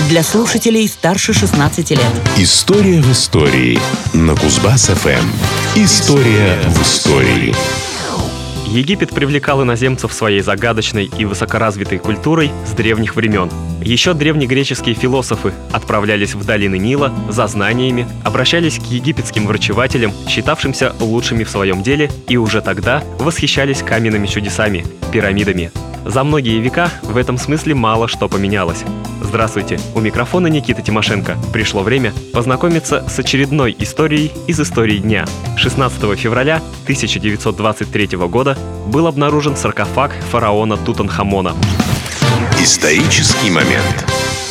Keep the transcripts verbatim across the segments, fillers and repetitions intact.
для слушателей старше шестнадцати лет. История в истории на Кузбасс-ФМ. История в истории. Египет привлекал иноземцев своей загадочной и высокоразвитой культурой с древних времен. Еще древнегреческие философы отправлялись в долины Нила за знаниями, обращались к египетским врачевателям, считавшимся лучшими в своем деле, и уже тогда восхищались каменными чудесами – пирамидами. За многие века в этом смысле мало что поменялось. Здравствуйте, у микрофона Никита Тимошенко. Пришло время познакомиться с очередной историей из истории дня. шестнадцатого февраля тысяча девятьсот двадцать третьего года был обнаружен саркофаг фараона Тутанхамона. Исторический момент.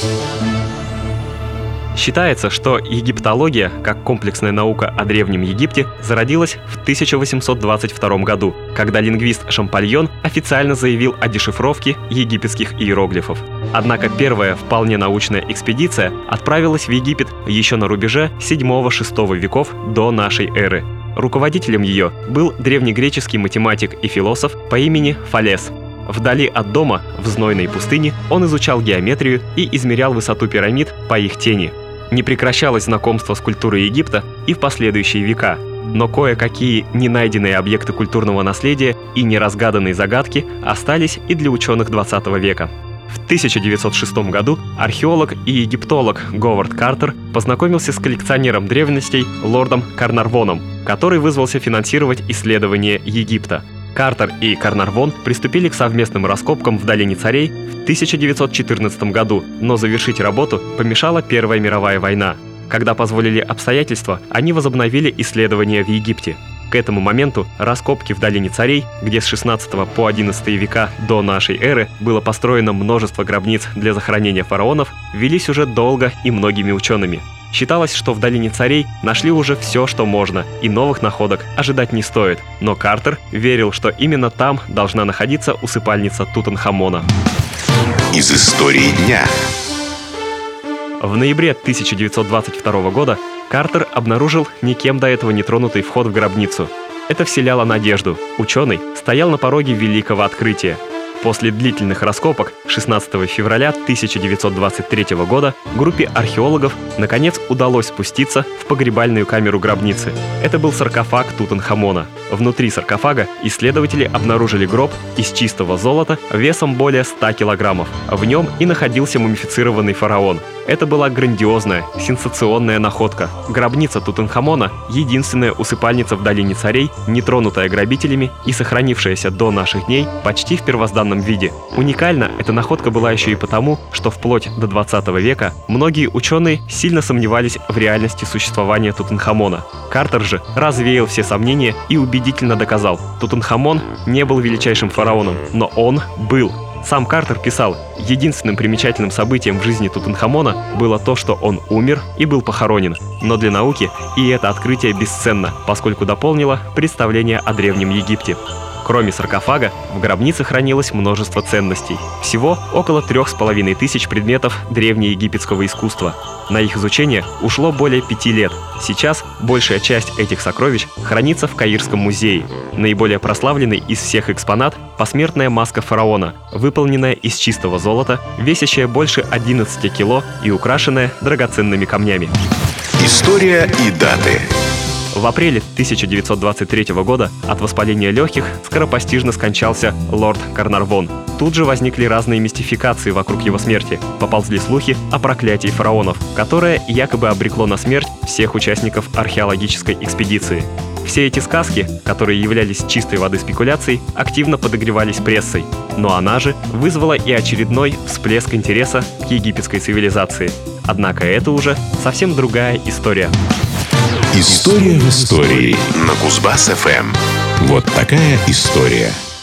Считается, что египтология, как комплексная наука о Древнем Египте, зародилась в тысяча восемьсот двадцать втором году, когда лингвист Шампальон официально заявил о дешифровке египетских иероглифов. Однако первая вполне научная экспедиция отправилась в Египет еще на рубеже седьмого-шестого веков до нашей эры. Руководителем ее был древнегреческий математик и философ по имени Фалес. Вдали от дома, в знойной пустыне, он изучал геометрию и измерял высоту пирамид по их тени. Не прекращалось знакомство с культурой Египта и в последующие века, но кое-какие ненайденные объекты культурного наследия и неразгаданные загадки остались и для ученых двадцатого века. В тысяча девятьсот шестом году археолог и египтолог Говард Картер познакомился с коллекционером древностей лордом Карнарвоном, который вызвался финансировать исследования Египта. Картер и Карнарвон приступили к совместным раскопкам в долине царей в тысяча девятьсот четырнадцатом году, но завершить работу помешала Первая мировая война. Когда позволили обстоятельства, они возобновили исследования в Египте. К этому моменту раскопки в долине царей, где с шестнадцатого по одиннадцатый века до нашей эры было построено множество гробниц для захоронения фараонов, велись уже долго и многими учеными. Считалось, что в долине царей нашли уже все, что можно, и новых находок ожидать не стоит. Но Картер верил, что именно там должна находиться усыпальница Тутанхамона. Из истории дня. В ноябре тысяча девятьсот двадцать второго года Картер обнаружил никем до этого не тронутый вход в гробницу. Это вселяло надежду. Ученый стоял на пороге великого открытия. После длительных раскопок шестнадцатого февраля тысяча девятьсот двадцать третьего года группе археологов наконец удалось спуститься в погребальную камеру гробницы. Это был саркофаг Тутанхамона. Внутри саркофага исследователи обнаружили гроб из чистого золота весом более ста килограммов. В нем и находился мумифицированный фараон. Это была грандиозная, сенсационная находка. Гробница Тутанхамона — единственная усыпальница в долине царей, не тронутая грабителями и сохранившаяся до наших дней почти в первозданном виде. Уникальна эта находка была еще и потому, что вплоть до двадцатого века многие ученые сильно сомневались в реальности существования Тутанхамона. Картер же развеял все сомнения и убедительно доказал: Тутанхамон не был величайшим фараоном, но он был. Сам Картер писал: единственным примечательным событием в жизни Тутанхамона было то, что он умер и был похоронен. Но для науки и это открытие бесценно, поскольку дополнило представление о Древнем Египте. Кроме саркофага, в гробнице хранилось множество ценностей. Всего около трех с половиной тысяч предметов древнеегипетского искусства. На их изучение ушло более пяти лет. Сейчас большая часть этих сокровищ хранится в Каирском музее. Наиболее прославленный из всех экспонат – посмертная маска фараона, выполненная из чистого золота, весящая больше одиннадцати кило и украшенная драгоценными камнями. История и даты. В апреле тысяча девятьсот двадцать третьего года от воспаления легких скоропостижно скончался лорд Карнарвон. Тут же возникли разные мистификации вокруг его смерти. Поползли слухи о проклятии фараонов, которое якобы обрекло на смерть всех участников археологической экспедиции. Все эти сказки, которые являлись чистой воды спекуляцией, активно подогревались прессой. Но она же вызвала и очередной всплеск интереса к египетской цивилизации. Однако это уже совсем другая история. История в истории на Кузбасс-ФМ. Вот такая история.